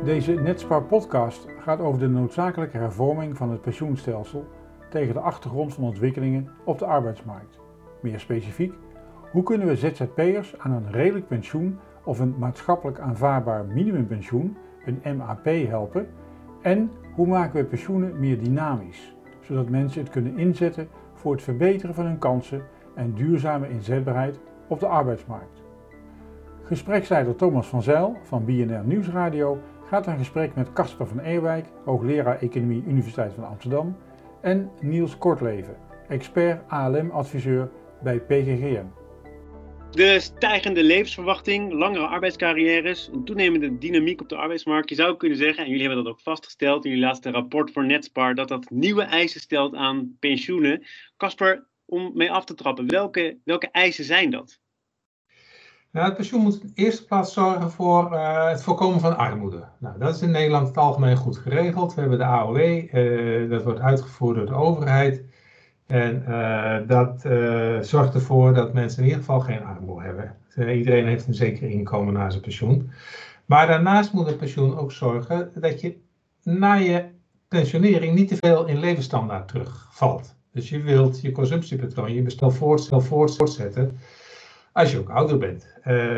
Deze Netspar-podcast gaat over de noodzakelijke hervorming van het pensioenstelsel tegen de achtergrond van ontwikkelingen op de arbeidsmarkt. Meer specifiek, hoe kunnen we ZZP'ers aan een redelijk pensioen of een maatschappelijk aanvaardbaar minimumpensioen, een MAP, helpen? En hoe maken we pensioenen meer dynamisch, zodat mensen het kunnen inzetten voor het verbeteren van hun kansen en duurzame inzetbaarheid op de arbeidsmarkt? Gespreksleider Thomas van Zijl van BNR Nieuwsradio gaat in gesprek met Casper van Eerwijk, hoogleraar Economie Universiteit van Amsterdam, en Niels Kortleven, expert ALM-adviseur bij PGGM. De stijgende levensverwachting, langere arbeidscarrières, een toenemende dynamiek op de arbeidsmarkt. Je zou kunnen zeggen, en jullie hebben dat ook vastgesteld in jullie laatste rapport voor Netspar, dat nieuwe eisen stelt aan pensioenen. Casper, om mee af te trappen, welke eisen zijn dat? Nou, het pensioen moet in de eerste plaats zorgen voor het voorkomen van armoede. Nou, dat is in Nederland het algemeen goed geregeld. We hebben de AOW, dat wordt uitgevoerd door de overheid. En dat zorgt ervoor dat mensen in ieder geval geen armoede hebben. Iedereen heeft een zeker inkomen na zijn pensioen. Maar daarnaast moet het pensioen ook zorgen dat je na je pensionering niet te veel in levensstandaard terugvalt. Dus je wilt je consumptiepatroon, je bestel voortzetten als je ook ouder bent.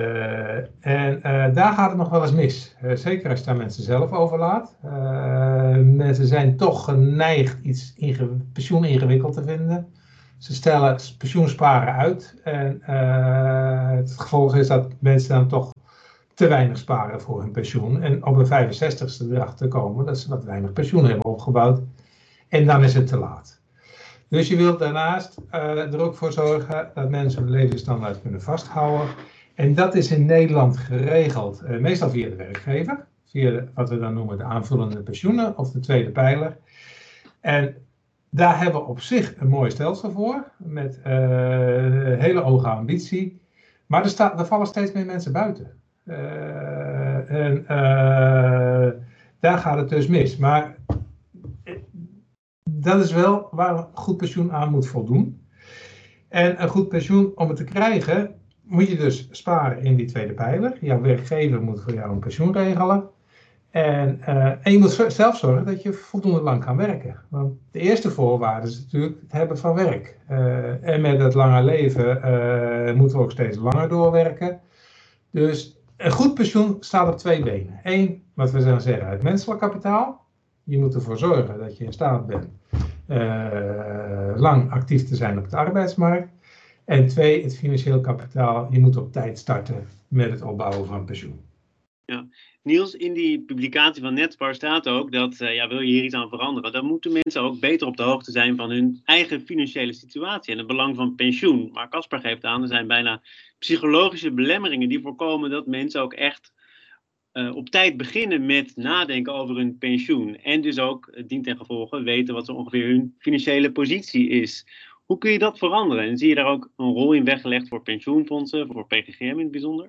Daar gaat het nog wel eens mis. Zeker als je daar mensen zelf over laat. Mensen zijn toch geneigd iets pensioen ingewikkeld te vinden. Ze stellen pensioensparen uit. En het gevolg is dat mensen dan toch te weinig sparen voor hun pensioen. En op een 65ste erachter komen dat ze wat weinig pensioen hebben opgebouwd. En dan is het te laat. Dus je wilt daarnaast er ook voor zorgen dat mensen hun levensstandaard kunnen vasthouden. En dat is in Nederland geregeld, meestal via de werkgever. Via wat we dan noemen de aanvullende pensioenen of de tweede pijler. En daar hebben we op zich een mooi stelsel voor. Met hele hoge ambitie. Maar er vallen steeds meer mensen buiten. Daar gaat het dus mis. Maar dat is wel waar een goed pensioen aan moet voldoen. En een goed pensioen, om het te krijgen, moet je dus sparen in die tweede pijler. Jouw werkgever moet voor jou een pensioen regelen. En je moet zelf zorgen dat je voldoende lang kan werken. Want de eerste voorwaarde is natuurlijk het hebben van werk. En met het lange leven moeten we ook steeds langer doorwerken. Dus een goed pensioen staat op twee benen. Eén, wat we dan zeggen, het menselijk kapitaal. Je moet ervoor zorgen dat je in staat bent lang actief te zijn op de arbeidsmarkt. En twee, het financieel kapitaal. Je moet op tijd starten met het opbouwen van een pensioen. Ja. Niels, in die publicatie van Netspar staat ook dat, wil je hier iets aan veranderen, dan moeten mensen ook beter op de hoogte zijn van hun eigen financiële situatie en het belang van pensioen. Maar Casper geeft aan, er zijn bijna psychologische belemmeringen die voorkomen dat mensen ook echt op tijd beginnen met nadenken over hun pensioen. En dus ook, dient ten gevolge, weten wat zo ongeveer hun financiële positie is. Hoe kun je dat veranderen? En zie je daar ook een rol in weggelegd voor pensioenfondsen, voor PGGM in het bijzonder?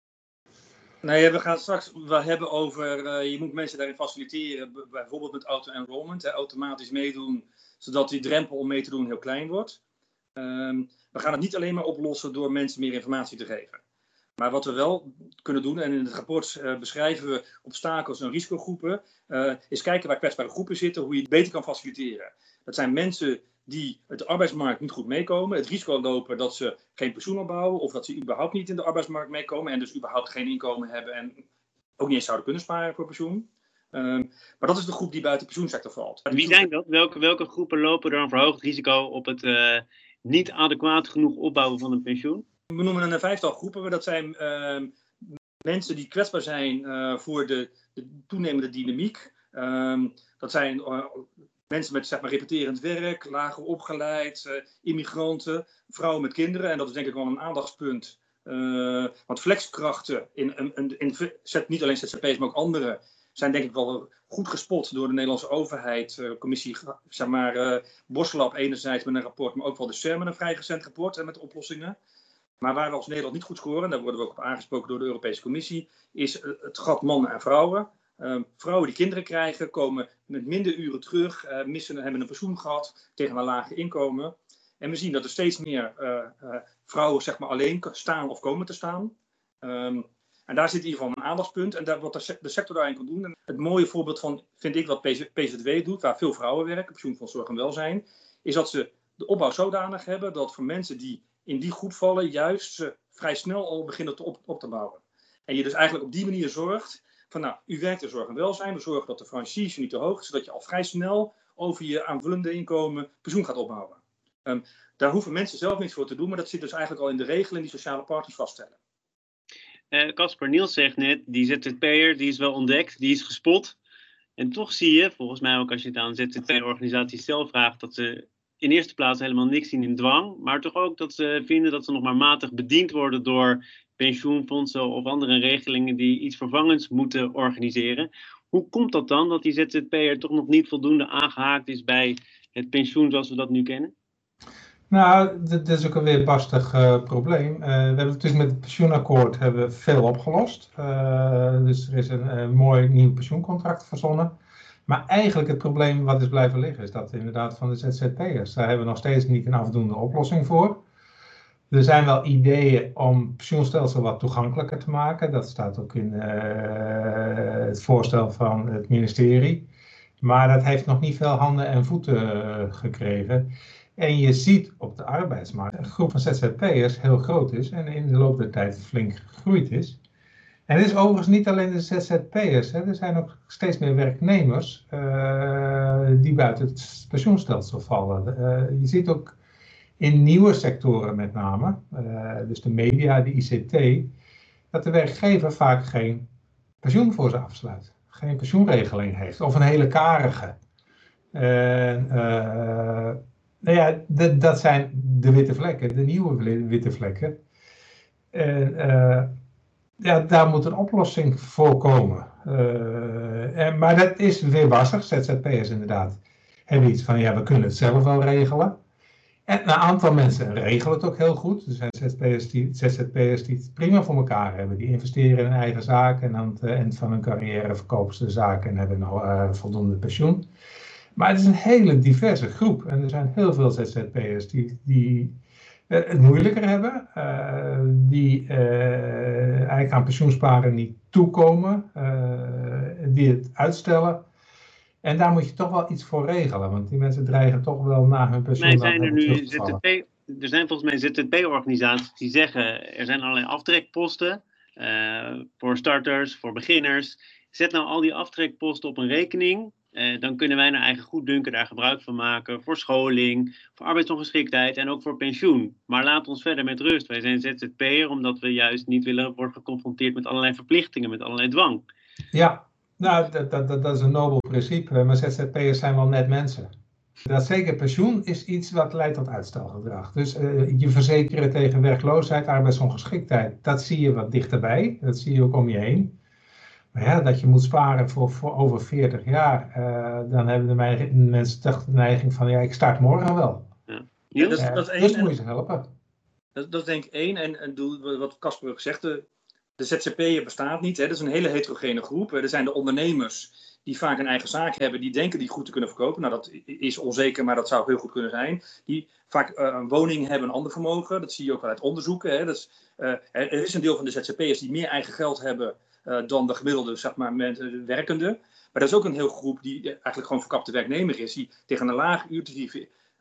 Nee, we gaan straks wel hebben over, je moet mensen daarin faciliteren, bijvoorbeeld met auto-enrollment, automatisch meedoen, zodat die drempel om mee te doen heel klein wordt. We gaan het niet alleen maar oplossen door mensen meer informatie te geven. Maar wat we wel kunnen doen, en in het rapport beschrijven we obstakels en risicogroepen, is kijken waar kwetsbare groepen zitten, hoe je het beter kan faciliteren. Dat zijn mensen die de arbeidsmarkt niet goed meekomen, het risico lopen dat ze geen pensioen opbouwen of dat ze überhaupt niet in de arbeidsmarkt meekomen en dus überhaupt geen inkomen hebben en ook niet eens zouden kunnen sparen voor pensioen. Maar dat is de groep die buiten de pensioensector valt. Wie zijn dat? Welke groepen lopen er een verhoogd risico op het niet adequaat genoeg opbouwen van een pensioen? We noemen een vijftal groepen. Dat zijn mensen die kwetsbaar zijn voor de toenemende dynamiek. Dat zijn mensen met repeterend werk, lager opgeleid, immigranten, vrouwen met kinderen. En dat is denk ik wel een aandachtspunt. Want flexkrachten, niet alleen ZZP's, maar ook anderen, zijn denk ik wel goed gespot door de Nederlandse overheid. Commissie Borslab enerzijds met een rapport, maar ook wel de SER met een vrij recent rapport met oplossingen. Maar waar we als Nederland niet goed scoren, daar worden we ook op aangesproken door de Europese Commissie, is het gat mannen en vrouwen. Vrouwen die kinderen krijgen, komen met minder uren terug, hebben een pensioen gehad tegen een lager inkomen. En we zien dat er steeds meer vrouwen alleen staan of komen te staan. En daar zit in ieder geval een aandachtspunt. En wat de sector daarin kan doen. En het mooie voorbeeld van, vind ik, wat PZW doet, waar veel vrouwen werken, pensioenfonds Zorg en Welzijn, is dat ze de opbouw zodanig hebben dat voor mensen die in die groep vallen, juist ze vrij snel al beginnen op te bouwen. En je dus eigenlijk op die manier zorgt van, nou, u werkt in zorg en welzijn, we zorgen dat de franchise niet te hoog is, zodat je al vrij snel over je aanvullende inkomen pensioen gaat opbouwen. Daar hoeven mensen zelf niets voor te doen, maar dat zit dus eigenlijk al in de regelen die sociale partners vaststellen. Casper, Niels zegt net, die ZZP'er die is wel ontdekt, die is gespot. En toch zie je, volgens mij ook als je het aan ZZP-organisaties zelf vraagt, dat ze in eerste plaats helemaal niks zien in dwang. Maar toch ook dat ze vinden dat ze nog maar matig bediend worden door pensioenfondsen of andere regelingen die iets vervangends moeten organiseren. Hoe komt dat dan, dat die ZZP'er toch nog niet voldoende aangehaakt is bij het pensioen zoals we dat nu kennen? Nou, dit is ook een weerbarstig probleem. We hebben natuurlijk met het pensioenakkoord veel opgelost. Dus er is een mooi nieuw pensioencontract verzonnen. Maar eigenlijk het probleem wat is blijven liggen is dat inderdaad van de ZZP'ers. Daar hebben we nog steeds niet een afdoende oplossing voor. Er zijn wel ideeën om het pensioenstelsel wat toegankelijker te maken. Dat staat ook in het voorstel van het ministerie. Maar dat heeft nog niet veel handen en voeten gekregen. En je ziet op de arbeidsmarkt dat een groep van ZZP'ers heel groot is en in de loop der tijd flink gegroeid is. En het is overigens niet alleen de ZZP'ers. Er zijn ook steeds meer werknemers die buiten het pensioenstelsel vallen. Je ziet ook in nieuwe sectoren met name, dus de media, de ICT, dat de werkgever vaak geen pensioen voor ze afsluit. Geen pensioenregeling heeft of een hele karige. Nou ja, dat zijn de witte vlekken, de nieuwe witte vlekken. Ja, daar moet een oplossing voor komen. Maar dat is weerbarstig. ZZP'ers inderdaad hebben iets van, ja, we kunnen het zelf wel regelen. En een aantal mensen regelen het ook heel goed. Er zijn ZZP'ers die het prima voor elkaar hebben. Die investeren in een eigen zaak en aan het eind van hun carrière verkopen ze de zaak en hebben nog voldoende pensioen. Maar het is een hele diverse groep. En er zijn heel veel ZZP'ers die het moeilijker hebben. Die eigenlijk aan pensioensparen niet toekomen. Die het uitstellen. En daar moet je toch wel iets voor regelen. Want die mensen dreigen toch wel na hun pensioen zijn er nu er zijn volgens mij ZZP-organisaties die zeggen, er zijn allerlei aftrekposten voor starters, voor beginners. Zet nou al die aftrekposten op een rekening. Dan kunnen wij naar eigen goeddunken daar gebruik van maken voor scholing, voor arbeidsongeschiktheid en ook voor pensioen. Maar laat ons verder met rust. Wij zijn ZZP'er omdat we juist niet willen worden geconfronteerd met allerlei verplichtingen, met allerlei dwang. Ja, nou dat is een nobel principe, maar ZZP'ers zijn wel net mensen. Dat zeker pensioen is iets wat leidt tot uitstelgedrag. Dus je verzekeren tegen werkloosheid, arbeidsongeschiktheid, dat zie je wat dichterbij. Dat zie je ook om je heen. Maar ja, dat je moet sparen voor over 40 jaar, dan hebben de mensen toch de neiging van, ja, ik start morgen wel. Ja. Dus moet je ze helpen. Dat is denk ik één. En wat Casper ook zegt, de ZZP'er bestaat niet. Hè. Dat is een hele heterogene groep. Er zijn de ondernemers die vaak een eigen zaak hebben, die denken die goed te kunnen verkopen. Nou, dat is onzeker, maar dat zou heel goed kunnen zijn. Die vaak een woning hebben, een ander vermogen. Dat zie je ook wel uit onderzoeken. Hè. Er is een deel van de ZZP'ers die meer eigen geld hebben dan de gemiddelde, zeg maar, werkende. Maar er is ook een hele groep die eigenlijk gewoon verkapte werknemer is, die tegen een laag uurtarief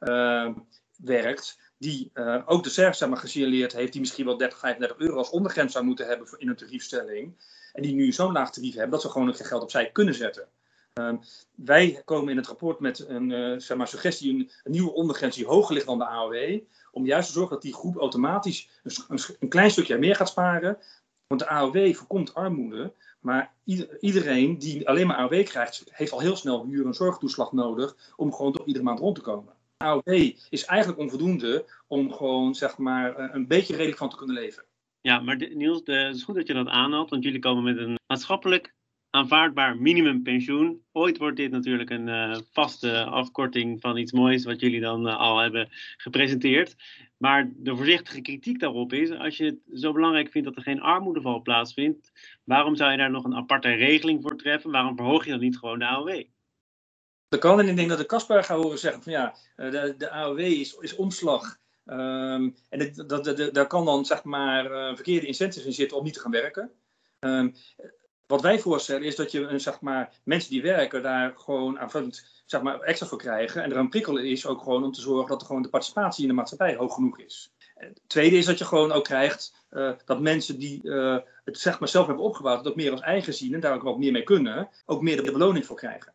werkt, die ook de SER, zeg maar, gesignaleerd heeft, die misschien wel 30, 35 euro als ondergrens zou moeten hebben in een tariefstelling. En die nu zo'n laag tarief hebben dat ze gewoon geen geld opzij kunnen zetten. Wij komen in het rapport met een suggestie, een nieuwe ondergrens die hoger ligt dan de AOW, om juist te zorgen dat die groep automatisch een klein stukje meer gaat sparen. Want de AOW voorkomt armoede, maar iedereen die alleen maar AOW krijgt, heeft al heel snel huur- en zorgtoeslag nodig om gewoon toch iedere maand rond te komen. AOW is eigenlijk onvoldoende om gewoon, zeg maar, een beetje redelijk van te kunnen leven. Ja, maar Niels, het is goed dat je dat aanhaalt, want jullie komen met een maatschappelijk aanvaardbaar minimumpensioen. Ooit wordt dit natuurlijk een vaste afkorting van iets moois wat jullie dan al hebben gepresenteerd. Maar de voorzichtige kritiek daarop is, als je het zo belangrijk vindt dat er geen armoedeval plaatsvindt, waarom zou je daar nog een aparte regeling voor treffen? Waarom verhoog je dan niet gewoon de AOW? Dat kan, en ik denk dat de Casper gaat horen zeggen van ja, de AOW is omslag. En daar kan dan, zeg maar, verkeerde incentives in zitten om niet te gaan werken. Wat wij voorstellen is dat je zeg maar, mensen die werken daar gewoon aanvullend zeg maar, extra voor krijgen. En er een prikkel is ook gewoon om te zorgen dat er gewoon de participatie in de maatschappij hoog genoeg is. Het tweede is dat je gewoon ook krijgt dat mensen die het zeg maar, zelf hebben opgebouwd, het ook meer als eigen zien en daar ook wat meer mee kunnen, ook meer de beloning voor krijgen.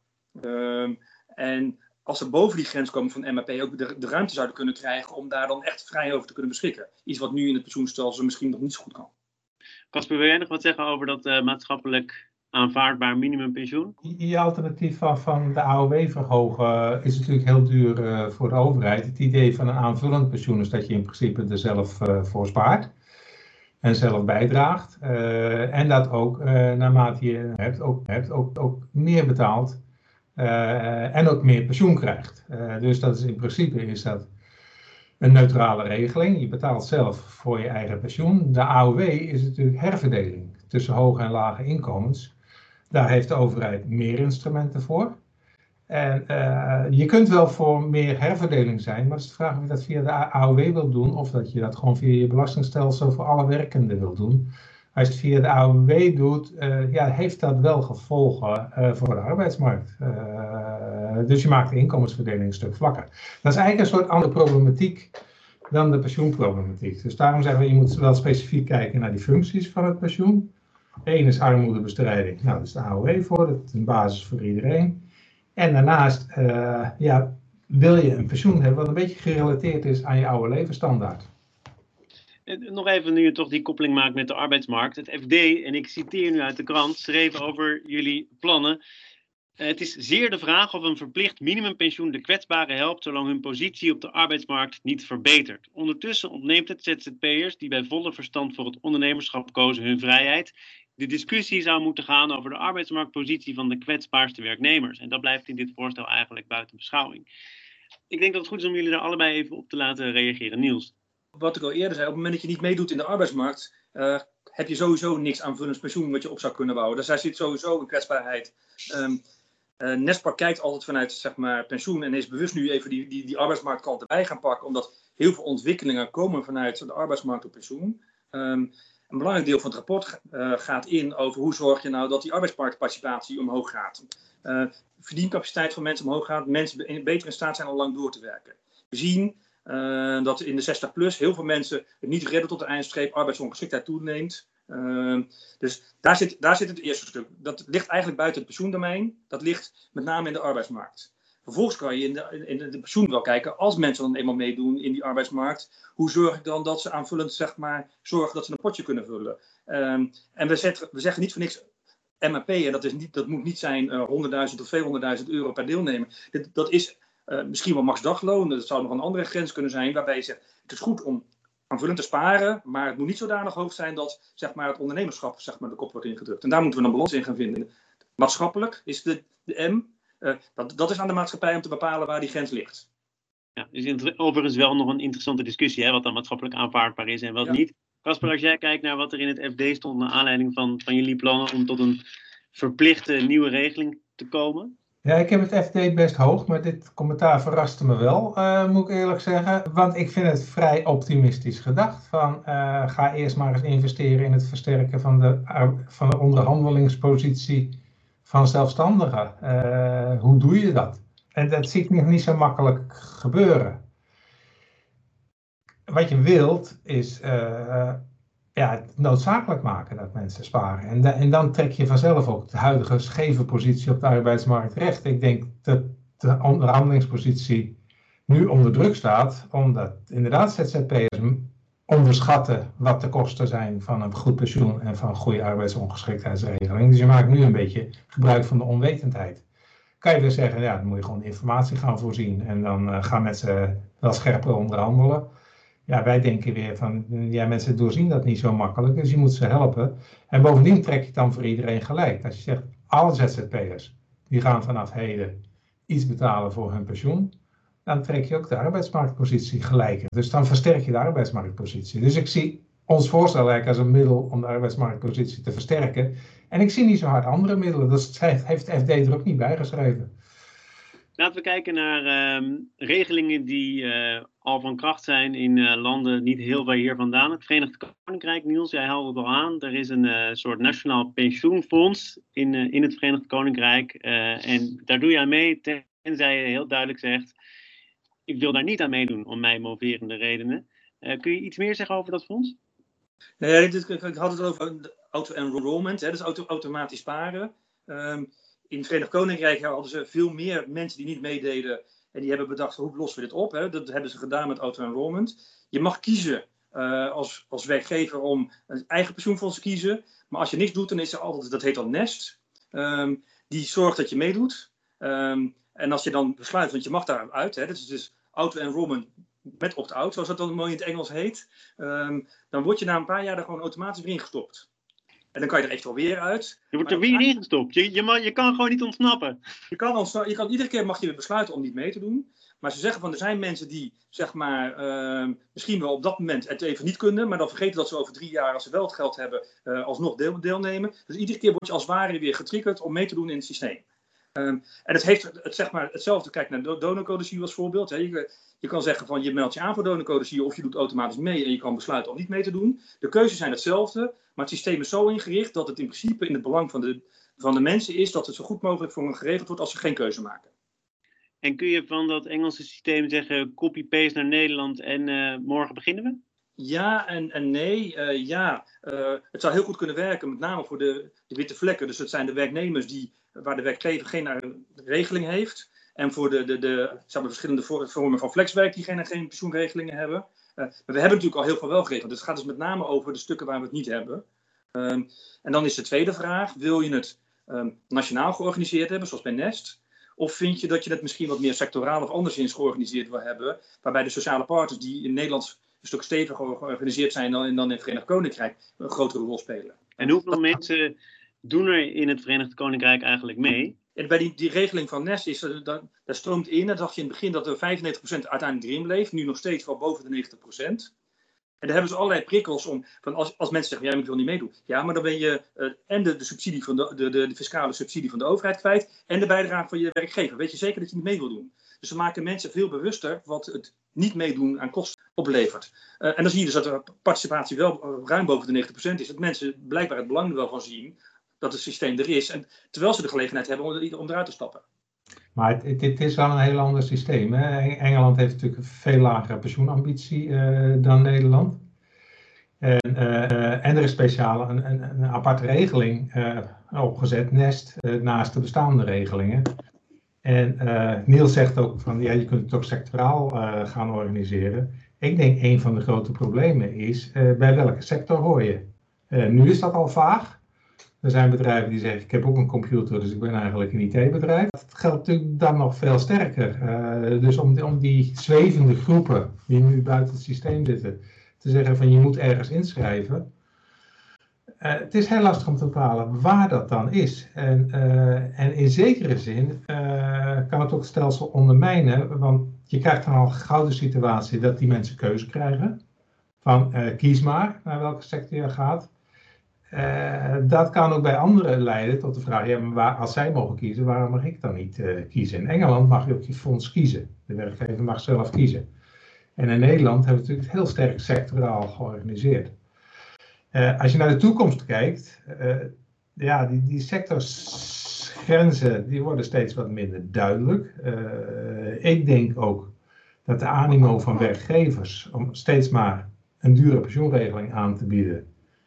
En als ze boven die grens komen van MAP ook de ruimte zouden kunnen krijgen om daar dan echt vrij over te kunnen beschikken. Iets wat nu in het pensioenstelsel misschien nog niet zo goed kan. Casper, wil jij nog wat zeggen over dat maatschappelijk aanvaardbaar minimumpensioen? Je alternatief van de AOW verhogen is natuurlijk heel duur voor de overheid. Het idee van een aanvullend pensioen is dat je in principe er zelf voor spaart en zelf bijdraagt. En dat ook naarmate je hebt ook meer betaalt en ook meer pensioen krijgt. Dus dat is in principe is dat een neutrale regeling. Je betaalt zelf voor je eigen pensioen. De AOW is natuurlijk herverdeling tussen hoge en lage inkomens. Daar heeft de overheid meer instrumenten voor. En je kunt wel voor meer herverdeling zijn, maar het is de vraag of je dat via de AOW wilt doen of dat je dat gewoon via je belastingstelsel voor alle werkenden wilt doen. Als je het via de AOW doet, heeft dat wel gevolgen voor de arbeidsmarkt. Dus je maakt de inkomensverdeling een stuk vlakker. Dat is eigenlijk een soort andere problematiek dan de pensioenproblematiek. Dus daarom zeggen we, je moet wel specifiek kijken naar die functies van het pensioen. Eén is armoedebestrijding. Nou, dat is de AOW voor, dat is een basis voor iedereen. En daarnaast wil je een pensioen hebben wat een beetje gerelateerd is aan je oude levensstandaard. Nog even, nu je toch die koppeling maakt met de arbeidsmarkt. Het FD, en ik citeer nu uit de krant, schreef over jullie plannen. Het is zeer de vraag of een verplicht minimumpensioen de kwetsbaren helpt zolang hun positie op de arbeidsmarkt niet verbetert. Ondertussen ontneemt het ZZP'ers die bij volle verstand voor het ondernemerschap kozen hun vrijheid. De discussie zou moeten gaan over de arbeidsmarktpositie van de kwetsbaarste werknemers. En dat blijft in dit voorstel eigenlijk buiten beschouwing. Ik denk dat het goed is om jullie daar allebei even op te laten reageren. Niels. Wat ik al eerder zei, op het moment dat je niet meedoet in de arbeidsmarkt, heb je sowieso niks aanvullend pensioen wat je op zou kunnen bouwen. Dus daar zit sowieso een kwetsbaarheid. Nestpark kijkt altijd vanuit zeg maar, pensioen en is bewust nu even die arbeidsmarktkant erbij gaan pakken, omdat heel veel ontwikkelingen komen vanuit de arbeidsmarkt op pensioen. Een belangrijk deel van het rapport gaat in over hoe zorg je nou dat die arbeidsmarktparticipatie omhoog gaat. Verdiencapaciteit van mensen omhoog gaat, mensen beter in staat zijn om lang door te werken. We zien dat in de 60 plus heel veel mensen het niet redden tot de eindstreep, arbeidsongeschiktheid toeneemt. Dus daar zit het eerste stuk. Dat ligt eigenlijk buiten het pensioendomein. Dat ligt met name in de arbeidsmarkt. Vervolgens kan je in de pensioen wel kijken, als mensen dan eenmaal meedoen in die arbeidsmarkt, hoe zorg ik dan dat ze aanvullend zeg maar, zorgen dat ze een potje kunnen vullen. En we zeggen niet voor niks MAP, en dat moet niet zijn 100.000 of 200.000 euro per deelnemer. Dat is misschien wel max dagloon. Dat zou nog een andere grens kunnen zijn, waarbij je zegt, het is goed om aanvullend te sparen, maar het moet niet zodanig hoog zijn dat zeg maar, het ondernemerschap zeg maar, de kop wordt ingedrukt. En daar moeten we een balans in gaan vinden. Maatschappelijk is de M, dat is aan de maatschappij om te bepalen waar die grens ligt. Ja, dus overigens wel nog een interessante discussie, hè, wat dan maatschappelijk aanvaardbaar is en wat niet. Casper, als jij kijkt naar wat er in het FD stond naar aanleiding van jullie plannen om tot een verplichte nieuwe regeling te komen. Ja, ik heb het FD best hoog, maar dit commentaar verraste me wel, moet ik eerlijk zeggen. Want ik vind het vrij optimistisch gedacht. Ga eerst maar eens investeren in het versterken van de onderhandelingspositie van zelfstandigen. Hoe doe je dat? En dat zie ik nog niet zo makkelijk gebeuren. Wat je wilt is het noodzakelijk maken dat mensen sparen. En dan trek je vanzelf ook de huidige scheve positie op de arbeidsmarkt recht. Ik denk dat de onderhandelingspositie nu onder druk staat, omdat inderdaad ZZP'ers onderschatten wat de kosten zijn van een goed pensioen en van een goede arbeidsongeschiktheidsregeling. Dus je maakt nu een beetje gebruik van de onwetendheid. Kan je weer zeggen, dan moet je gewoon informatie gaan voorzien en dan gaan mensen wel scherper onderhandelen. Ja, wij denken weer van, mensen doorzien dat niet zo makkelijk, dus je moet ze helpen. En bovendien trek je het dan voor iedereen gelijk. Als je zegt, alle ZZP'ers, die gaan vanaf heden iets betalen voor hun pensioen, dan trek je ook de arbeidsmarktpositie gelijker. Dus dan versterk je de arbeidsmarktpositie. Dus ik zie ons voorstel eigenlijk als een middel om de arbeidsmarktpositie te versterken. En ik zie niet zo hard andere middelen, dat heeft FD er ook niet bij geschreven. Laten we kijken naar regelingen die al van kracht zijn in landen niet heel ver hier vandaan. Het Verenigd Koninkrijk, Niels, jij haalde het al aan. Er is een soort nationaal pensioenfonds in het Verenigd Koninkrijk. En daar doe je aan mee, tenzij je heel duidelijk zegt, ik wil daar niet aan meedoen om mij moverende redenen. Kun je iets meer zeggen over dat fonds? Nee, ik had het over auto-enrollment, dus automatisch sparen. In het Verenigd Koninkrijk hadden ze veel meer mensen die niet meededen. En die hebben bedacht, hoe lossen we dit op? Hè? Dat hebben ze gedaan met auto-enrollment. Je mag kiezen als werkgever om een eigen pensioenfonds te kiezen. Maar als je niks doet, dan is er altijd, dat heet dan Nest. Die zorgt dat je meedoet. En als je dan besluit, want je mag daaruit. Dat is dus auto-enrollment met opt-out, zoals dat dan mooi in het Engels heet. Dan word je na een paar jaar er gewoon automatisch weer ingestopt. En dan kan je er echt wel weer uit. Je wordt er weer ingestopt. Je kan gewoon niet ontsnappen. Iedere keer mag je weer besluiten om niet mee te doen. Maar ze zeggen van er zijn mensen die zeg maar misschien wel op dat moment het even niet kunnen. Maar dan vergeten dat ze over 3 jaar, als ze wel het geld hebben, alsnog deelnemen. Dus iedere keer word je als het ware weer getriggerd om mee te doen in het systeem. En het heeft zeg maar hetzelfde. Kijk naar donorcodecilie als voorbeeld. Hè. Je kan zeggen van je meldt je aan voor donorcodecilie of je doet automatisch mee en je kan besluiten om niet mee te doen. De keuzes zijn hetzelfde, maar het systeem is zo ingericht dat het in principe in het belang van de mensen is dat het zo goed mogelijk voor hen geregeld wordt als ze geen keuze maken. En kun je van dat Engelse systeem zeggen copy-paste naar Nederland en morgen beginnen we? Ja en nee. Het zou heel goed kunnen werken, met name voor de witte vlekken. Dus het zijn de werknemers waar de werkgever geen regeling heeft. En voor de verschillende vormen van flexwerk die geen pensioenregelingen hebben. Maar we hebben natuurlijk al heel veel wel geregeld. Dus het gaat dus met name over de stukken waar we het niet hebben. En dan is de tweede vraag. Wil je het nationaal georganiseerd hebben, zoals bij Nest? Of vind je dat je het misschien wat meer sectoraal of anderszins georganiseerd wil hebben? Waarbij de sociale partners die in Nederland een stuk steviger georganiseerd zijn dan in het Verenigd Koninkrijk een grotere rol spelen. En hoeveel mensen doen er in het Verenigd Koninkrijk eigenlijk mee? En bij die regeling van Nest daar stroomt in, dat dacht je in het begin dat er 95% uiteindelijk erin bleef, nu nog steeds wel boven de 90%. En daar hebben ze allerlei prikkels om, van als mensen zeggen, ja, ik wil niet meedoen. Ja, maar dan ben je en de subsidie van de fiscale subsidie van de overheid kwijt en de bijdrage van je werkgever. Weet je zeker dat je niet mee wil doen? Dus ze maken mensen veel bewuster wat het niet meedoen aan kosten oplevert. En dan zie je dus dat de participatie wel ruim boven de 90% is. Dat mensen blijkbaar het belang er wel van zien dat het systeem er is. En terwijl ze de gelegenheid hebben om eruit te stappen. Maar het is wel een heel ander systeem. Hè? Engeland heeft natuurlijk een veel lagere pensioenambitie dan Nederland. En er is speciaal een aparte regeling opgezet, Nest, naast de bestaande regelingen. En Niels zegt ook van, ja, je kunt het ook sectoraal gaan organiseren. Ik denk een van de grote problemen is, bij welke sector hoor je? Nu is dat al vaag. Er zijn bedrijven die zeggen, ik heb ook een computer, dus ik ben eigenlijk een IT-bedrijf. Dat geldt natuurlijk dan nog veel sterker. Dus om die zwevende groepen die nu buiten het systeem zitten, te zeggen van je moet ergens inschrijven. Het is heel lastig om te bepalen waar dat dan is. En in zekere zin kan het ook het stelsel ondermijnen, want je krijgt dan al een gouden situatie dat die mensen keuze krijgen. Van kies maar naar welke sector je gaat. Dat kan ook bij anderen leiden tot de vraag, ja, maar als zij mogen kiezen, waarom mag ik dan niet kiezen? In Engeland mag je ook je fonds kiezen. De werkgever mag zelf kiezen. En in Nederland hebben we natuurlijk heel sterk sectoraal georganiseerd. Als je naar de toekomst kijkt, die sectorsgrenzen die worden steeds wat minder duidelijk. Ik denk ook dat de animo van werkgevers om steeds maar een dure pensioenregeling aan te bieden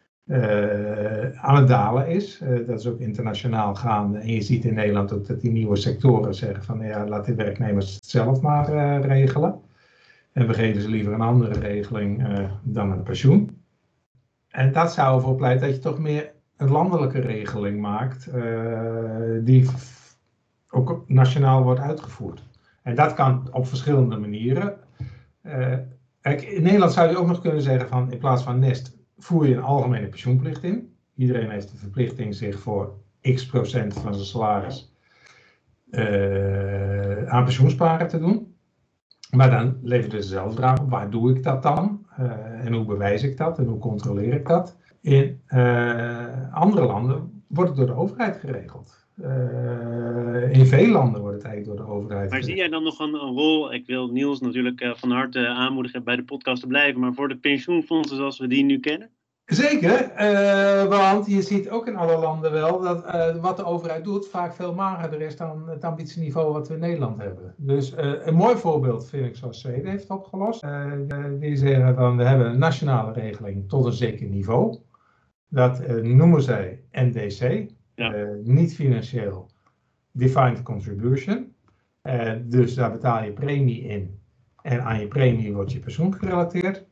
aan het dalen is. Dat is ook internationaal gaande. En je ziet in Nederland ook dat die nieuwe sectoren zeggen van ja, laat de werknemers het zelf maar regelen. En we geven ze liever een andere regeling dan een pensioen. En dat zou ervoor pleiten dat je toch meer een landelijke regeling maakt die ook nationaal wordt uitgevoerd. En dat kan op verschillende manieren. Kijk, in Nederland zou je ook nog kunnen zeggen van in plaats van Nest voer je een algemene pensioenplicht in. Iedereen heeft de verplichting zich voor x% van zijn salaris aan pensioensparen te doen. Maar dan levert er dezelfde vraag op, waar doe ik dat dan? En hoe bewijs ik dat? En hoe controleer ik dat? In andere landen wordt het door de overheid geregeld. In veel landen wordt het eigenlijk door de overheid Maar gedaan. zie jij dan nog een rol? Ik wil Niels natuurlijk van harte aanmoedigen bij de podcast te blijven, maar voor de pensioenfondsen zoals we die nu kennen? Zeker, want je ziet ook in alle landen wel dat wat de overheid doet vaak veel magerder is dan het ambitieniveau wat we in Nederland hebben. Dus een mooi voorbeeld vind ik zoals Zweden heeft opgelost. Die zeggen van we hebben een nationale regeling tot een zeker niveau. Dat noemen zij NDC, niet financieel defined contribution. Dus daar betaal je premie in en aan je premie wordt je pensioen gerelateerd.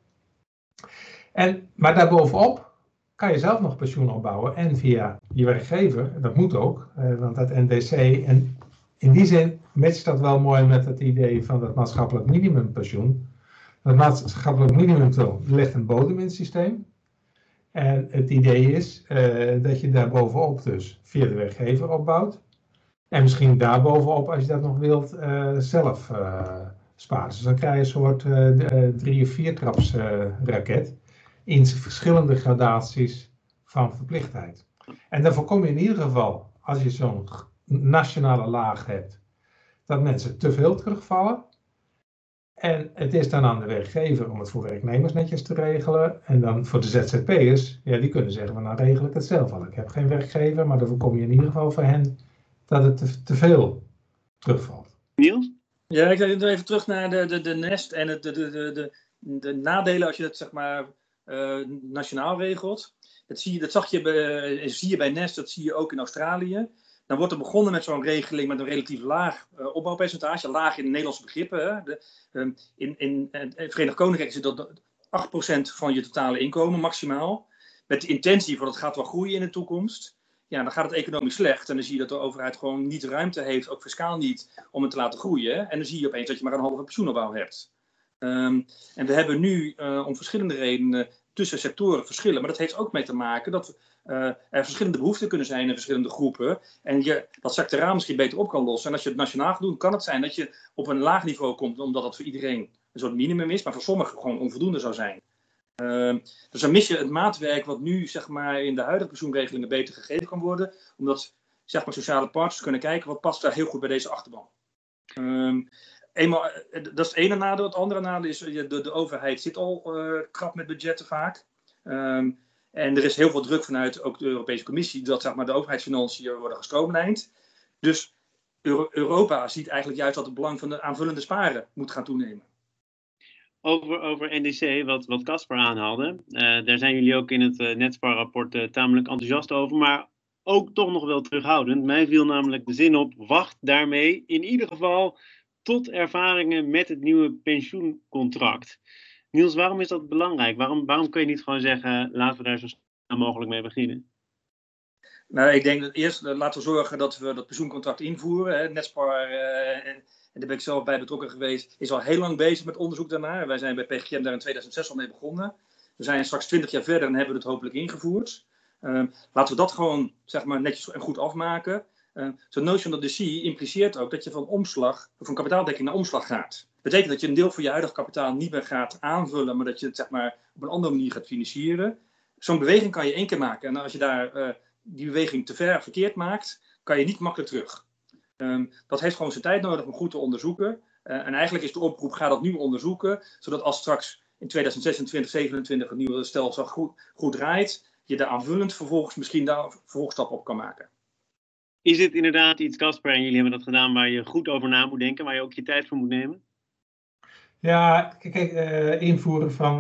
Maar daarbovenop kan je zelf nog pensioen opbouwen en via je werkgever, dat moet ook, want dat NDC, en in die zin matcht dat wel mooi met het idee van dat maatschappelijk minimumpensioen. Dat maatschappelijk minimum legt een bodem in het systeem. En het idee is dat je daar bovenop dus via de werkgever opbouwt. En misschien daar bovenop, als je dat nog wilt, zelf spaart. Dus dan krijg je een soort 3- of 4-traps raket in verschillende gradaties van verplichtheid. En dan voorkom je in ieder geval, als je zo'n nationale laag hebt, dat mensen te veel terugvallen. En het is dan aan de werkgever om het voor werknemers netjes te regelen. En dan voor de ZZP'ers, ja, die kunnen zeggen, maar dan regel ik het zelf al. Ik heb geen werkgever, maar dan voorkom je in ieder geval voor hen dat het te veel terugvalt. Niels? Ja, ik ga even terug naar de nest en de nadelen als je het zeg maar nationaal regelt. Dat zie je bij Nest, dat zie je ook in Australië. Dan wordt er begonnen met zo'n regeling met een relatief laag opbouwpercentage, laag in de Nederlandse begrippen. Hè. In het Verenigd Koninkrijk is dat 8% van je totale inkomen maximaal. Met de intentie van het gaat wel groeien in de toekomst. Ja, dan gaat het economisch slecht en dan zie je dat de overheid gewoon niet ruimte heeft, ook fiscaal niet, om het te laten groeien. En dan zie je opeens dat je maar een halve pensioenopbouw hebt. En we hebben nu om verschillende redenen tussen sectoren verschillen. Maar dat heeft ook mee te maken dat er verschillende behoeften kunnen zijn in verschillende groepen. En je dat sectoraal misschien beter op kan lossen. En als je het nationaal gaat doen, kan het zijn dat je op een laag niveau komt, omdat het voor iedereen een soort minimum is, maar voor sommigen gewoon onvoldoende zou zijn. Dus dan mis je het maatwerk wat nu zeg maar, in de huidige pensioenregelingen beter gegeven kan worden. Omdat zeg maar, sociale partners kunnen kijken wat past daar heel goed bij deze achterban. Dat is het ene nadeel. Het andere nadeel is de overheid zit al krap met budgetten vaak. En er is heel veel druk vanuit ook de Europese Commissie dat zeg maar, de overheidsfinanciën worden gestroomlijnd. Dus Europa ziet eigenlijk juist dat het belang van de aanvullende sparen moet gaan toenemen. Over NDC, wat Casper aanhaalde. Daar zijn jullie ook in het Netspar-rapport tamelijk enthousiast over. Maar ook toch nog wel terughoudend. Mij viel namelijk de zin op, wacht daarmee in ieder geval tot ervaringen met het nieuwe pensioencontract. Niels, waarom is dat belangrijk? Waarom kun je niet gewoon zeggen, laten we daar zo snel mogelijk mee beginnen? Nou, ik denk dat eerst laten we zorgen dat we dat pensioencontract invoeren. Hè. Netspar, en daar ben ik zelf bij betrokken geweest, is al heel lang bezig met onderzoek daarnaar. Wij zijn bij PGGM daar in 2006 al mee begonnen. We zijn straks 20 jaar verder en hebben we het hopelijk ingevoerd. Laten we dat gewoon zeg maar, netjes en goed afmaken. Zo'n notion of the sea impliceert ook dat je van kapitaaldekking naar omslag gaat. Dat betekent dat je een deel van je huidige kapitaal niet meer gaat aanvullen, maar dat je het zeg maar, op een andere manier gaat financieren. Zo'n beweging kan je 1 keer maken. En als je daar die beweging te ver verkeerd maakt, kan je niet makkelijk terug. Dat heeft gewoon zijn tijd nodig om goed te onderzoeken. En eigenlijk is de oproep, ga dat nu onderzoeken, zodat als straks in 2026, 2027 het nieuwe stelsel goed draait, je daar aanvullend vervolgens misschien daar vervolgstappen op kan maken. Is het inderdaad iets, Casper, en jullie hebben dat gedaan, waar je goed over na moet denken, waar je ook je tijd voor moet nemen? Ja, kijk, invoeren van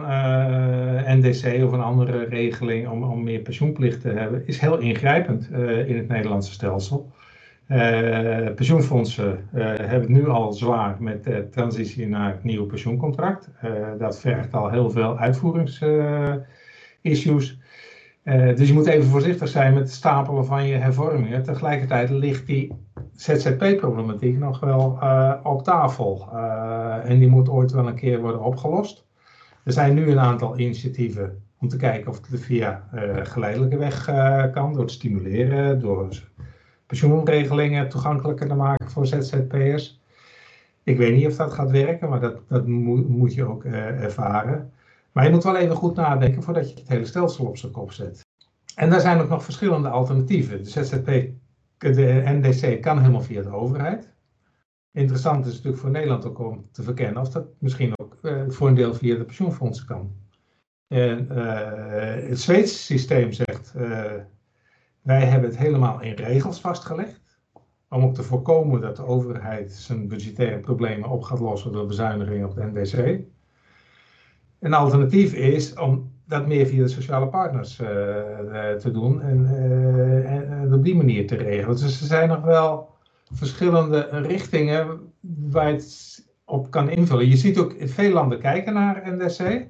NDC of een andere regeling om meer pensioenplicht te hebben, is heel ingrijpend in het Nederlandse stelsel. Pensioenfondsen hebben het nu al zwaar met de transitie naar het nieuwe pensioencontract. Dat vergt al heel veel uitvoeringsissues. Dus je moet even voorzichtig zijn met het stapelen van je hervormingen. Tegelijkertijd ligt die ZZP-problematiek nog wel op tafel. En die moet ooit wel een keer worden opgelost. Er zijn nu een aantal initiatieven om te kijken of het via geleidelijke weg kan. Door te stimuleren, door pensioenregelingen toegankelijker te maken voor ZZP'ers. Ik weet niet of dat gaat werken, maar dat moet je ook ervaren. Maar je moet wel even goed nadenken voordat je het hele stelsel op zijn kop zet. En daar zijn ook nog verschillende alternatieven. De ZZP de NDC kan helemaal via de overheid. Interessant is natuurlijk voor Nederland ook om te verkennen of dat misschien ook voor een deel via de pensioenfondsen kan. En het Zweedse systeem zegt, wij hebben het helemaal in regels vastgelegd. Om ook te voorkomen dat de overheid zijn budgettaire problemen op gaat lossen door bezuinigingen op de NDC. Een alternatief is om dat meer via de sociale partners te doen en op die manier te regelen. Dus er zijn nog wel verschillende richtingen waar je het op kan invullen. Je ziet ook in veel landen kijken naar NDC.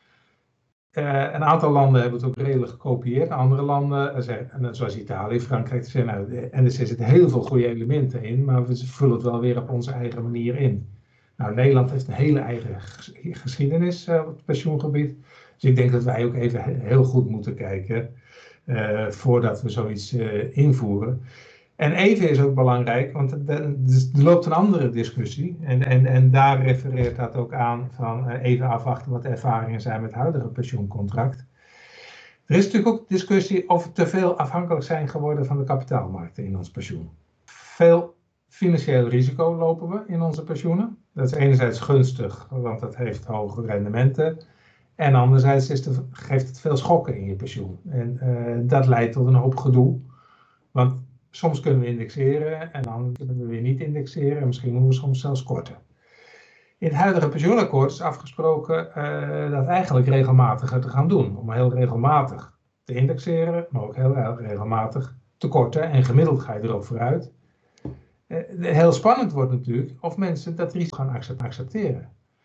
Een aantal landen hebben het ook redelijk gekopieerd. Andere landen, zoals Italië, Frankrijk, zeggen nou, de NDC zitten heel veel goede elementen in, maar we vullen het wel weer op onze eigen manier in. Nou, Nederland heeft een hele eigen geschiedenis op het pensioengebied. Dus ik denk dat wij ook even heel goed moeten kijken voordat we zoiets invoeren. En even is ook belangrijk, want er loopt een andere discussie. En daar refereert dat ook aan van even afwachten wat de ervaringen zijn met het huidige pensioencontract. Er is natuurlijk ook discussie of we te veel afhankelijk zijn geworden van de kapitaalmarkten in ons pensioen. Veel financieel risico lopen we in onze pensioenen. Dat is enerzijds gunstig, want dat heeft hoge rendementen. En anderzijds geeft het veel schokken in je pensioen. En dat leidt tot een hoop gedoe. Want soms kunnen we indexeren en dan kunnen we weer niet indexeren. En misschien moeten we soms zelfs korten. In het huidige pensioenakkoord is afgesproken dat eigenlijk regelmatiger te gaan doen. Om heel regelmatig te indexeren, maar ook heel regelmatig te korten. En gemiddeld ga je erop vooruit. Heel spannend wordt natuurlijk of mensen dat risico gaan accepteren.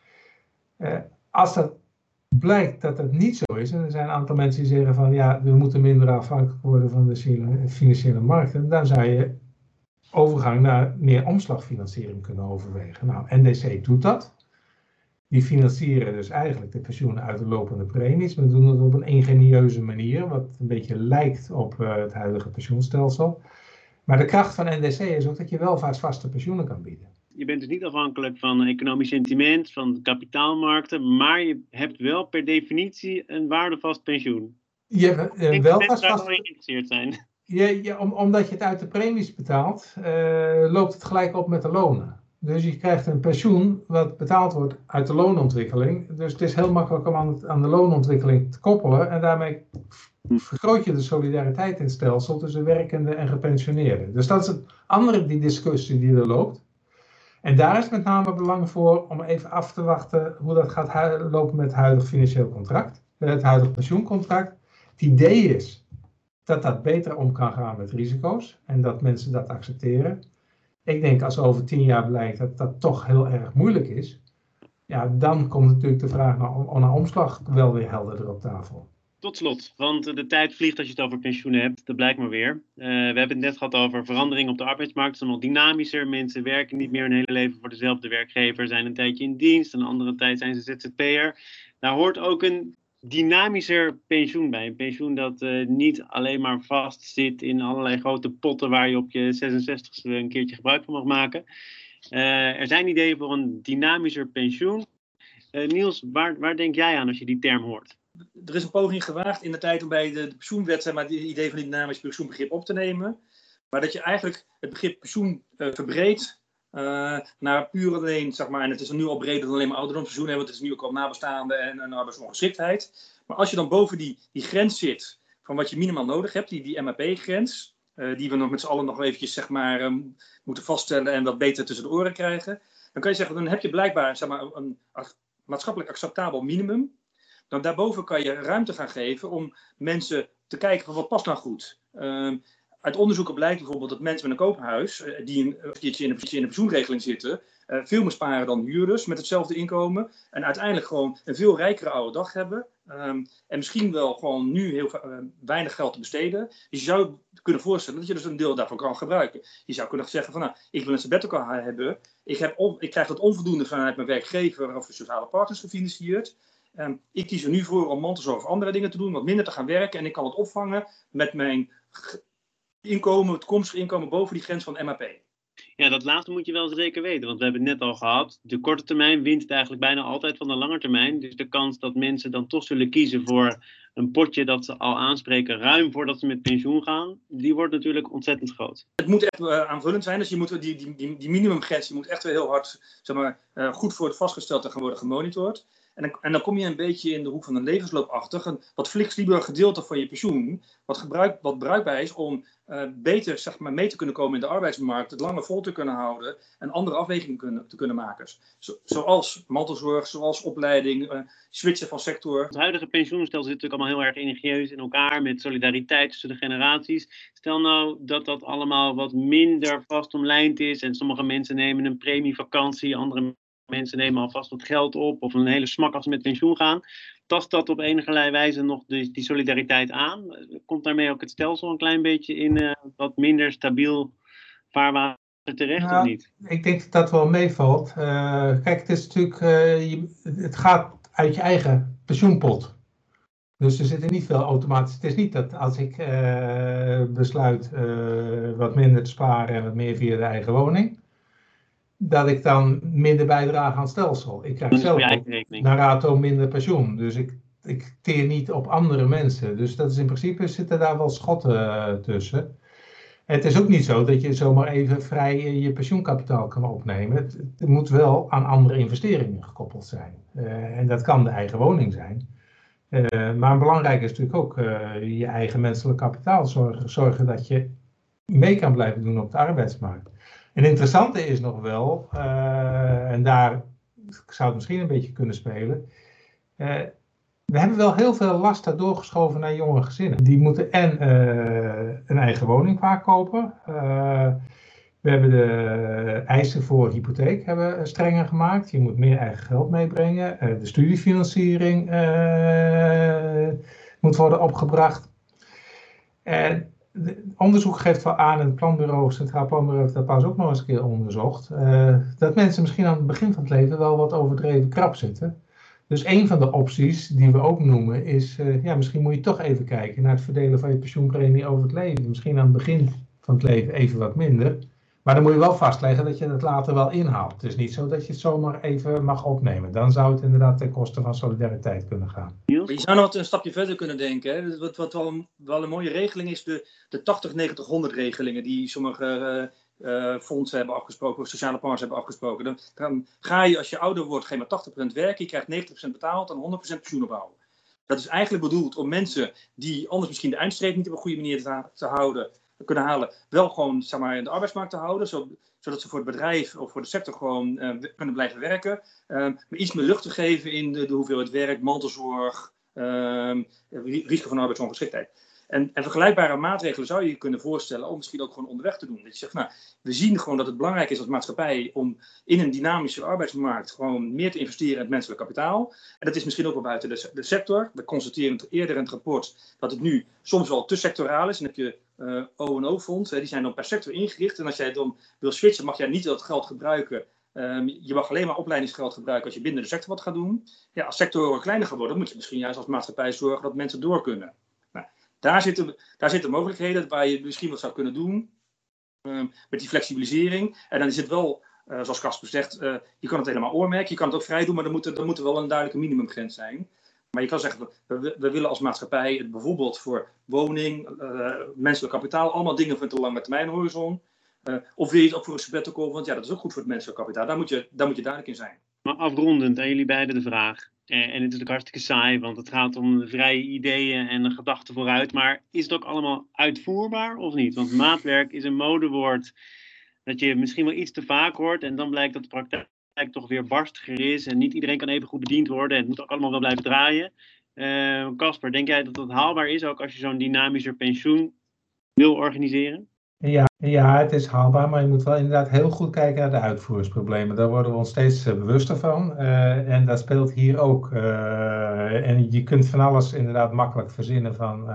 Als dat blijkt dat het niet zo is, en er zijn een aantal mensen die zeggen van ja, we moeten minder afhankelijk worden van de financiële markten, dan zou je overgang naar meer omslagfinanciering kunnen overwegen. Nou, NDC doet dat. Die financieren dus eigenlijk de pensioenen uit de lopende premies, maar doen het op een ingenieuze manier, wat een beetje lijkt op het huidige pensioenstelsel. Maar de kracht van NDC is ook dat je wel vaste pensioenen kan bieden. Je bent dus niet afhankelijk van economisch sentiment, van kapitaalmarkten, maar je hebt wel per definitie een waardevast pensioen. Je hebt wel vast geïnteresseerd zijn. Omdat je het uit de premies betaalt, loopt het gelijk op met de lonen. Dus je krijgt een pensioen wat betaald wordt uit de loonontwikkeling. Dus het is heel makkelijk om aan de loonontwikkeling te koppelen. En daarmee vergroot je de solidariteit in het stelsel tussen werkenden en gepensioneerden. Dus dat is een andere die discussie die er loopt. En daar is met name belang voor om even af te wachten hoe dat gaat lopen met het huidige financieel contract. Het huidige pensioencontract. Het idee is dat dat beter om kan gaan met risico's en dat mensen dat accepteren. Ik denk als over 10 jaar blijkt dat dat toch heel erg moeilijk is, ja, dan komt natuurlijk de vraag naar omslag wel weer helderder op tafel. Tot slot, want de tijd vliegt als je het over pensioenen hebt, dat blijkt maar weer. We hebben het net gehad over verandering op de arbeidsmarkt. Het is allemaal dynamischer. Mensen werken niet meer hun hele leven voor dezelfde werkgever, zijn een tijdje in dienst, een andere tijd zijn ze ZZP'er. Daar hoort ook een dynamischer pensioen bij. Een pensioen dat niet alleen maar vast zit in allerlei grote potten waar je op je 66ste een keertje gebruik van mag maken. Er zijn ideeën voor een dynamischer pensioen. Niels, waar denk jij aan als je die term hoort? Er is een poging gewaagd in de tijd om bij de pensioenwet zeg maar, het idee van die dynamisch pensioenbegrip op te nemen. Maar dat je eigenlijk het begrip pensioen verbreedt naar puur alleen, zeg maar, en het is nu al breder dan alleen maar ouderdomspensioen, want het is nu ook al nabestaanden en arbeidsongeschiktheid. Maar als je dan boven die grens zit van wat je minimaal nodig hebt, die MAP-grens, die we nog met z'n allen nog eventjes zeg maar, moeten vaststellen en wat beter tussen de oren krijgen, dan kan je zeggen, dan heb je blijkbaar zeg maar, een maatschappelijk acceptabel minimum. Dan daarboven kan je ruimte gaan geven om mensen te kijken van wat past nou goed. Uit onderzoeken blijkt bijvoorbeeld dat mensen met een koophuis, die een keertje in de pensioenregeling zitten, veel meer sparen dan huurders met hetzelfde inkomen. En uiteindelijk gewoon een veel rijkere oude dag hebben. En misschien wel gewoon nu heel weinig geld te besteden. Dus je zou kunnen voorstellen dat je dus een deel daarvan kan gebruiken. Je zou kunnen zeggen van nou, ik wil een sabbatical hebben. Ik krijg dat onvoldoende vanuit mijn werkgever of de sociale partners gefinancierd. Ik kies er nu voor om mantelzorg of andere dingen te doen, wat minder te gaan werken. En ik kan het opvangen met mijn inkomen, toekomstig inkomen boven die grens van MAP. Ja, dat laatste moet je wel zeker weten, want we hebben het net al gehad. De korte termijn wint eigenlijk bijna altijd van de lange termijn. Dus de kans dat mensen dan toch zullen kiezen voor een potje dat ze al aanspreken ruim voordat ze met pensioen gaan, die wordt natuurlijk ontzettend groot. Het moet echt aanvullend zijn, dus je moet die minimumgrens moet echt weer heel hard, zeg maar, goed voor het vastgesteld en gaan worden gemonitord. En dan kom je een beetje in de hoek van een levensloopachtig, een wat flexibel gedeelte van je pensioen, wat bruikbaar is om beter, zeg maar, mee te kunnen komen in de arbeidsmarkt, het langer vol te kunnen houden en andere afwegingen te kunnen maken. Zoals mantelzorg, zoals opleiding, switchen van sector. Het huidige pensioenstelsel zit natuurlijk allemaal heel erg ingenieus in elkaar met solidariteit tussen de generaties. Stel nou dat allemaal wat minder vastomlijnd is en sommige mensen nemen een premievakantie, andere mensen nemen alvast wat geld op of een hele smak als ze met pensioen gaan. Tast dat op enige wijze nog die solidariteit aan? Komt daarmee ook het stelsel een klein beetje in wat minder stabiel vaarwater terecht of niet? Ik denk dat dat wel meevalt. Kijk, het is natuurlijk, het gaat uit je eigen pensioenpot. Dus er zit er niet veel automatisch. Het is niet dat als ik besluit wat minder te sparen en wat meer via de eigen woning, dat ik dan minder bijdrage aan het stelsel. Ik krijg zelf naar rato minder pensioen. Dus ik teer niet op andere mensen. Dus dat is in principe zitten daar wel schotten tussen. Het is ook niet zo dat je zomaar even vrij je pensioenkapitaal kan opnemen. Het moet wel aan andere investeringen gekoppeld zijn. En dat kan de eigen woning zijn. Maar belangrijk is natuurlijk ook je eigen menselijk kapitaal zorgen dat je mee kan blijven doen op de arbeidsmarkt. En het interessante is nog wel, en daar zou het misschien een beetje kunnen spelen. We hebben wel heel veel last doorgeschoven naar jonge gezinnen. Die moeten een eigen woning vaak kopen. We hebben de eisen voor hypotheek strenger gemaakt. Je moet meer eigen geld meebrengen. De studiefinanciering moet worden opgebracht. En onderzoek geeft wel aan, en het Centraal Planbureau heeft dat pas ook nog eens een keer onderzocht, dat mensen misschien aan het begin van het leven wel wat overdreven krap zitten. Dus een van de opties die we ook noemen is, misschien moet je toch even kijken naar het verdelen van je pensioenpremie over het leven. Misschien aan het begin van het leven even wat minder. Maar dan moet je wel vastleggen dat je het later wel inhaalt. Het is niet zo dat je het zomaar even mag opnemen. Dan zou het inderdaad ten koste van solidariteit kunnen gaan. Maar je zou nog een stapje verder kunnen denken. Hè? Wat wel een mooie regeling is, de 80-90-100 regelingen die sommige fondsen hebben afgesproken, of sociale partners hebben afgesproken. Dan ga je, als je ouder wordt, ga je maar 80% werken, je krijgt 90% betaald en 100% pensioen opbouwen. Dat is eigenlijk bedoeld om mensen die anders misschien de eindstreep niet op een goede manier te kunnen halen, wel gewoon, zeg maar, in de arbeidsmarkt te houden, zodat ze voor het bedrijf of voor de sector gewoon kunnen blijven werken. Maar iets meer lucht te geven in de hoeveelheid werk, mantelzorg, risico van arbeidsongeschiktheid. En vergelijkbare maatregelen zou je kunnen voorstellen om misschien ook gewoon onderweg te doen. Dat je zegt, we zien gewoon dat het belangrijk is als maatschappij om in een dynamische arbeidsmarkt gewoon meer te investeren in het menselijk kapitaal. En dat is misschien ook wel buiten de sector. We constateren eerder in het rapport dat het nu soms wel te sectoraal is. En dan heb je O&O-fondsen, die zijn dan per sector ingericht. En als jij dan wil switchen, mag jij niet dat geld gebruiken. Je mag alleen maar opleidingsgeld gebruiken als je binnen de sector wat gaat doen. Ja, als sectoren kleiner gaan worden, moet je misschien juist als maatschappij zorgen dat mensen door kunnen. Daar zitten mogelijkheden waar je misschien wat zou kunnen doen met die flexibilisering. En dan is het wel, zoals Casper zegt, je kan het helemaal oormerken, je kan het ook vrij doen, maar er moet wel een duidelijke minimumgrens zijn. Maar je kan zeggen, we willen als maatschappij het bijvoorbeeld voor woning, menselijk kapitaal, allemaal dingen van de lange termijn horizon. Of wil je het ook voor een sabbatical, want ja, dat is ook goed voor het menselijk kapitaal. Daar moet je duidelijk in zijn. Maar afrondend aan jullie beiden de vraag. En het is natuurlijk hartstikke saai, want het gaat om vrije ideeën en gedachten vooruit. Maar is het ook allemaal uitvoerbaar of niet? Want maatwerk is een modewoord dat je misschien wel iets te vaak hoort. En dan blijkt dat de praktijk toch weer barstiger is. En niet iedereen kan even goed bediend worden. En het moet ook allemaal wel blijven draaien. Casper, denk jij dat dat haalbaar is, ook als je zo'n dynamischer pensioen wil organiseren? Ja, het is haalbaar, maar je moet wel inderdaad heel goed kijken naar de uitvoeringsproblemen. Daar worden we ons steeds bewuster van. En dat speelt hier ook. En je kunt van alles inderdaad makkelijk verzinnen van,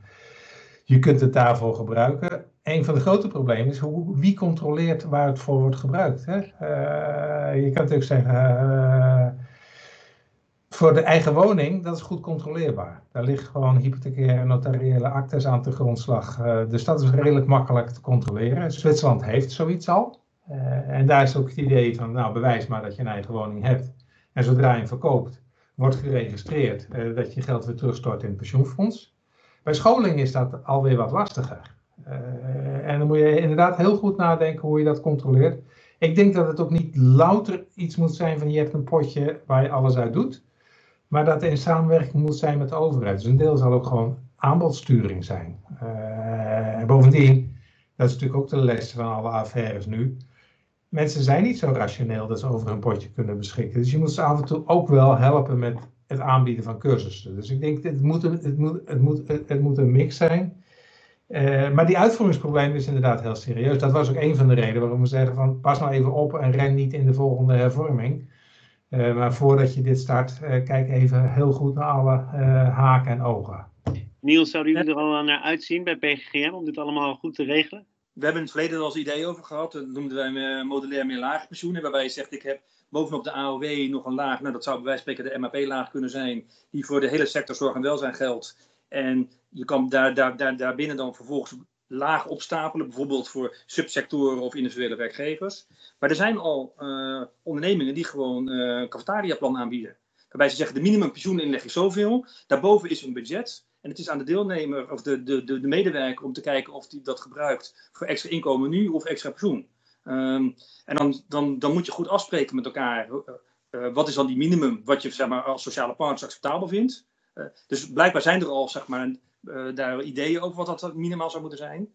je kunt het daarvoor gebruiken. Een van de grote problemen is wie controleert waar het voor wordt gebruikt. Hè? Je kan natuurlijk zeggen, voor de eigen woning, dat is goed controleerbaar. Daar liggen gewoon hypothecaire notariële actes aan ten grondslag. Dus dat is redelijk makkelijk te controleren. Zwitserland heeft zoiets al. En daar is ook het idee van, nou bewijs maar dat je een eigen woning hebt. En zodra je hem verkoopt, wordt geregistreerd dat je geld weer terugstort in het pensioenfonds. Bij scholing is dat alweer wat lastiger. En dan moet je inderdaad heel goed nadenken hoe je dat controleert. Ik denk dat het ook niet louter iets moet zijn van je hebt een potje waar je alles uit doet. Maar dat er in samenwerking moet zijn met de overheid. Dus een deel zal ook gewoon aanbodsturing zijn. Bovendien, dat is natuurlijk ook de les van alle affaires nu. Mensen zijn niet zo rationeel dat ze over hun potje kunnen beschikken. Dus je moet ze af en toe ook wel helpen met het aanbieden van cursussen. Dus ik denk, het moet een mix zijn. Maar die uitvoeringsprobleem is inderdaad heel serieus. Dat was ook een van de redenen waarom we zeggen van pas nou even op en ren niet in de volgende hervorming. Maar voordat je dit start, kijk even heel goed naar alle haken en ogen. Niels, zouden jullie er al naar uitzien bij PGGM om dit allemaal goed te regelen? We hebben in het verleden al eens idee over gehad. Dat noemden wij modulair meerlaag pensioenen. Waarbij je zegt, ik heb bovenop de AOW nog een laag. Nou, dat zou bij wijze van spreken de MAP-laag kunnen zijn. Die voor de hele sector zorg en welzijn geldt. En je kan daarbinnen dan vervolgens laag opstapelen. Bijvoorbeeld voor subsectoren of individuele werkgevers. Maar er zijn al ondernemingen die gewoon een cafetariaplan aanbieden. Waarbij ze zeggen, de minimumpensioeninleg is zoveel. Daarboven is een budget. En het is aan de deelnemer of de medewerker om te kijken of die dat gebruikt voor extra inkomen nu of extra pensioen. En dan moet je goed afspreken met elkaar. Wat is dan die minimum wat je zeg maar, als sociale partners acceptabel vindt. Dus blijkbaar zijn er al zeg maar, daar ideeën over wat dat minimaal zou moeten zijn.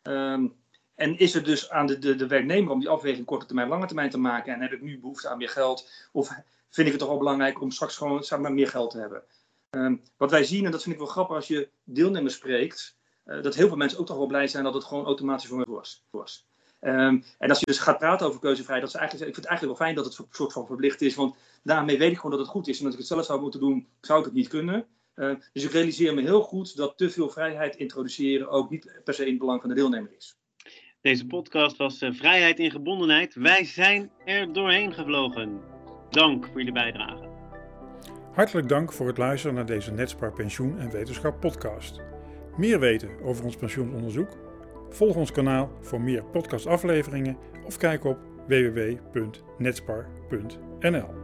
En is het dus aan de werknemer om die afweging korte termijn, lange termijn te maken. En heb ik nu behoefte aan meer geld? Of vind ik het toch wel belangrijk om straks gewoon zeg maar, meer geld te hebben? Wat wij zien, en dat vind ik wel grappig als je deelnemers spreekt, dat heel veel mensen ook toch wel blij zijn dat het gewoon automatisch voor hen was. En als je dus gaat praten over keuzevrijheid, ik vind het eigenlijk wel fijn dat het een soort van verplicht is, want daarmee weet ik gewoon dat het goed is. En als ik het zelf zou moeten doen, zou ik het niet kunnen. Dus ik realiseer me heel goed dat te veel vrijheid introduceren ook niet per se in het belang van de deelnemer is. Deze podcast was Vrijheid in Gebondenheid. Wij zijn er doorheen gevlogen. Dank voor jullie bijdrage. Hartelijk dank voor het luisteren naar deze Netspar Pensioen en Wetenschap podcast. Meer weten over ons pensioenonderzoek? Volg ons kanaal voor meer podcastafleveringen of kijk op www.netspar.nl.